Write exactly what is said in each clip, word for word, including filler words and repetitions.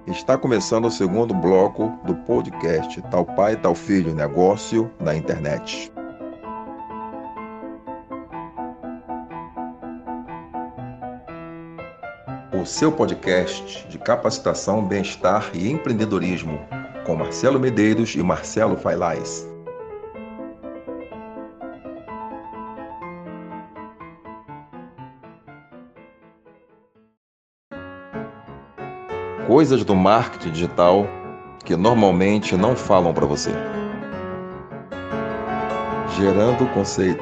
Está começando o segundo bloco do podcast Tal Pai, Tal Filho, Negócio na Internet. O seu podcast de capacitação, bem-estar e empreendedorismo, com Marcelo Medeiros e Marcelo Failaz. Coisas do marketing digital que normalmente não falam para você. Gerando conceito.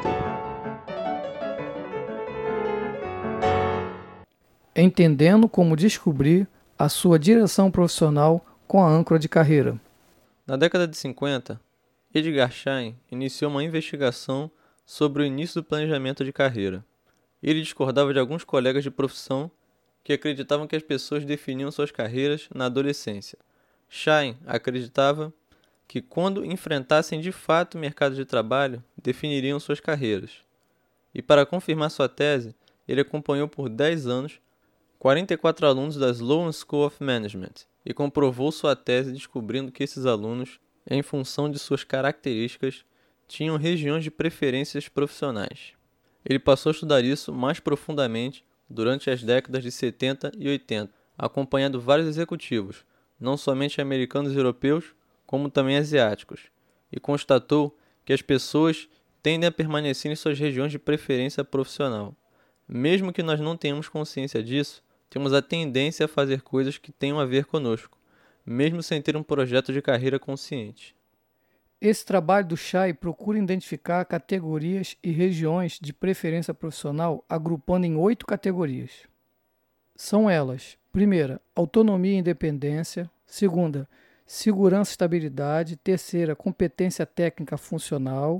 Entendendo como descobrir a sua direção profissional com a âncora de carreira. Na década de cinquenta, Edgar Schein iniciou uma investigação sobre o início do planejamento de carreira. Ele discordava de alguns colegas de profissão que acreditavam que as pessoas definiam suas carreiras na adolescência. Schein acreditava que, quando enfrentassem de fato o mercado de trabalho, definiriam suas carreiras. E para confirmar sua tese, ele acompanhou por dez anos quarenta e quatro alunos da Sloan School of Management e comprovou sua tese descobrindo que esses alunos, em função de suas características, tinham regiões de preferências profissionais. Ele passou a estudar isso mais profundamente durante as décadas de setenta e oitenta, acompanhando vários executivos, não somente americanos e europeus, como também asiáticos, e constatou que as pessoas tendem a permanecer em suas regiões de preferência profissional. Mesmo que nós não tenhamos consciência disso, temos a tendência a fazer coisas que tenham a ver conosco, mesmo sem ter um projeto de carreira consciente. Esse trabalho do Schein procura identificar categorias e regiões de preferência profissional, agrupando em oito categorias. São elas: primeira, autonomia e independência; segunda, segurança e estabilidade; terceira, competência técnica funcional;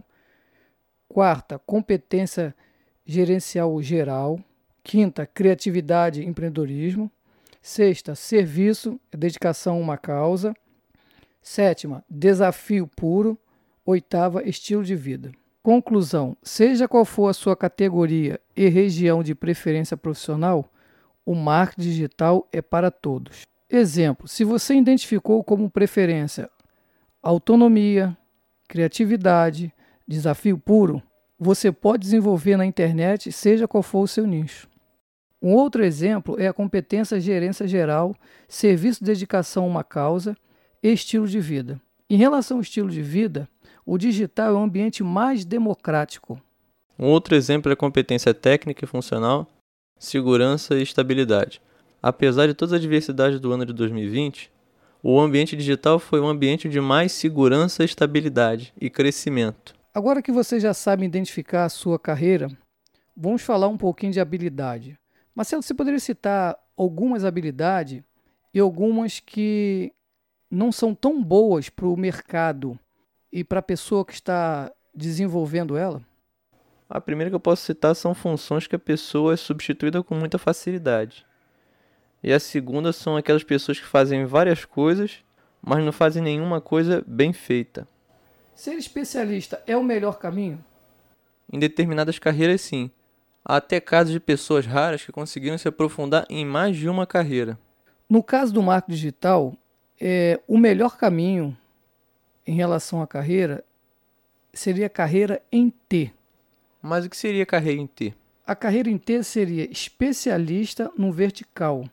quarta, competência gerencial geral; quinta, criatividade e empreendedorismo; sexta, serviço e dedicação a uma causa; sétima, desafio puro; oitava, estilo de vida. Conclusão: seja qual for a sua categoria e região de preferência profissional, o marketing digital é para todos. Exemplo: se você identificou como preferência autonomia, criatividade, desafio puro, você pode desenvolver na internet, seja qual for o seu nicho. Um outro exemplo é a competência gerência geral, serviço de dedicação a uma causa e estilo de vida. Em relação ao estilo de vida, o digital é o ambiente mais democrático. Um outro exemplo é a competência técnica e funcional, segurança e estabilidade. Apesar de todas as adversidades do ano de dois mil e vinte, o ambiente digital foi um ambiente de mais segurança, estabilidade e crescimento. Agora que você já sabe identificar a sua carreira, vamos falar um pouquinho de habilidade. Marcelo, você poderia citar algumas habilidades e algumas que não são tão boas para o mercado e para a pessoa que está desenvolvendo ela? A primeira que eu posso citar são funções que a pessoa é substituída com muita facilidade. E a segunda são aquelas pessoas que fazem várias coisas, mas não fazem nenhuma coisa bem feita. Ser especialista é o melhor caminho? Em determinadas carreiras, sim. Há até casos de pessoas raras que conseguiram se aprofundar em mais de uma carreira. No caso do marketing digital, é, o melhor caminho em relação à carreira seria a carreira em T. Mas o que seria carreira em T? A carreira em T seria especialista no vertical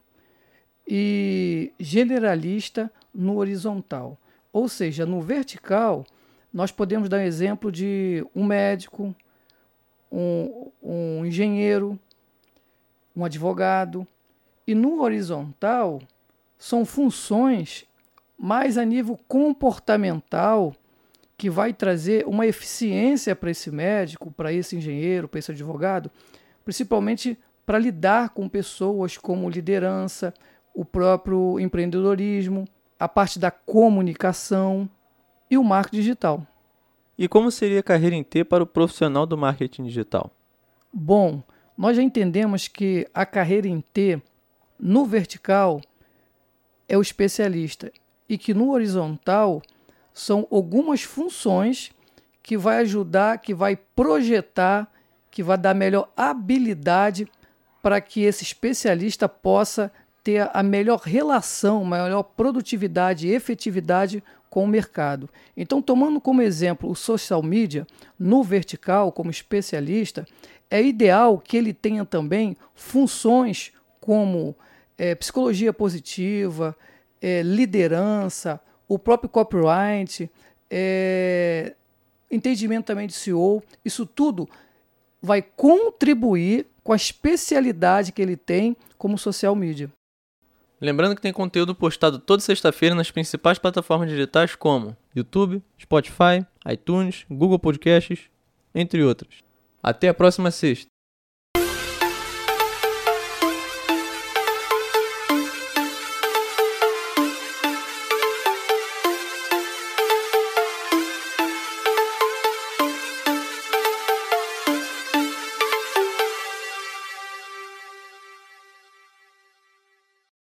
e generalista no horizontal. Ou seja, no vertical, nós podemos dar exemplo de um médico, um, um engenheiro, um advogado. E no horizontal, são funções mais a nível comportamental que vai trazer uma eficiência para esse médico, para esse engenheiro, para esse advogado, principalmente para lidar com pessoas como liderança, o próprio empreendedorismo, a parte da comunicação e o marketing digital. E como seria a carreira em T para o profissional do marketing digital? Bom, nós já entendemos que a carreira em T, no vertical, é o especialista e que no horizontal são algumas funções que vai ajudar, que vai projetar, que vai dar melhor habilidade para que esse especialista possa ter a melhor relação, maior produtividade e efetividade com o mercado. Então, tomando como exemplo o social media, no vertical, como especialista, é ideal que ele tenha também funções como é, psicologia positiva, é, liderança, o próprio copyright, é, entendimento também de S E O. Isso tudo vai contribuir com a especialidade que ele tem como social media. Lembrando que tem conteúdo postado toda sexta-feira nas principais plataformas digitais como YouTube, Spotify, iTunes, Google Podcasts, entre outras. Até a próxima sexta!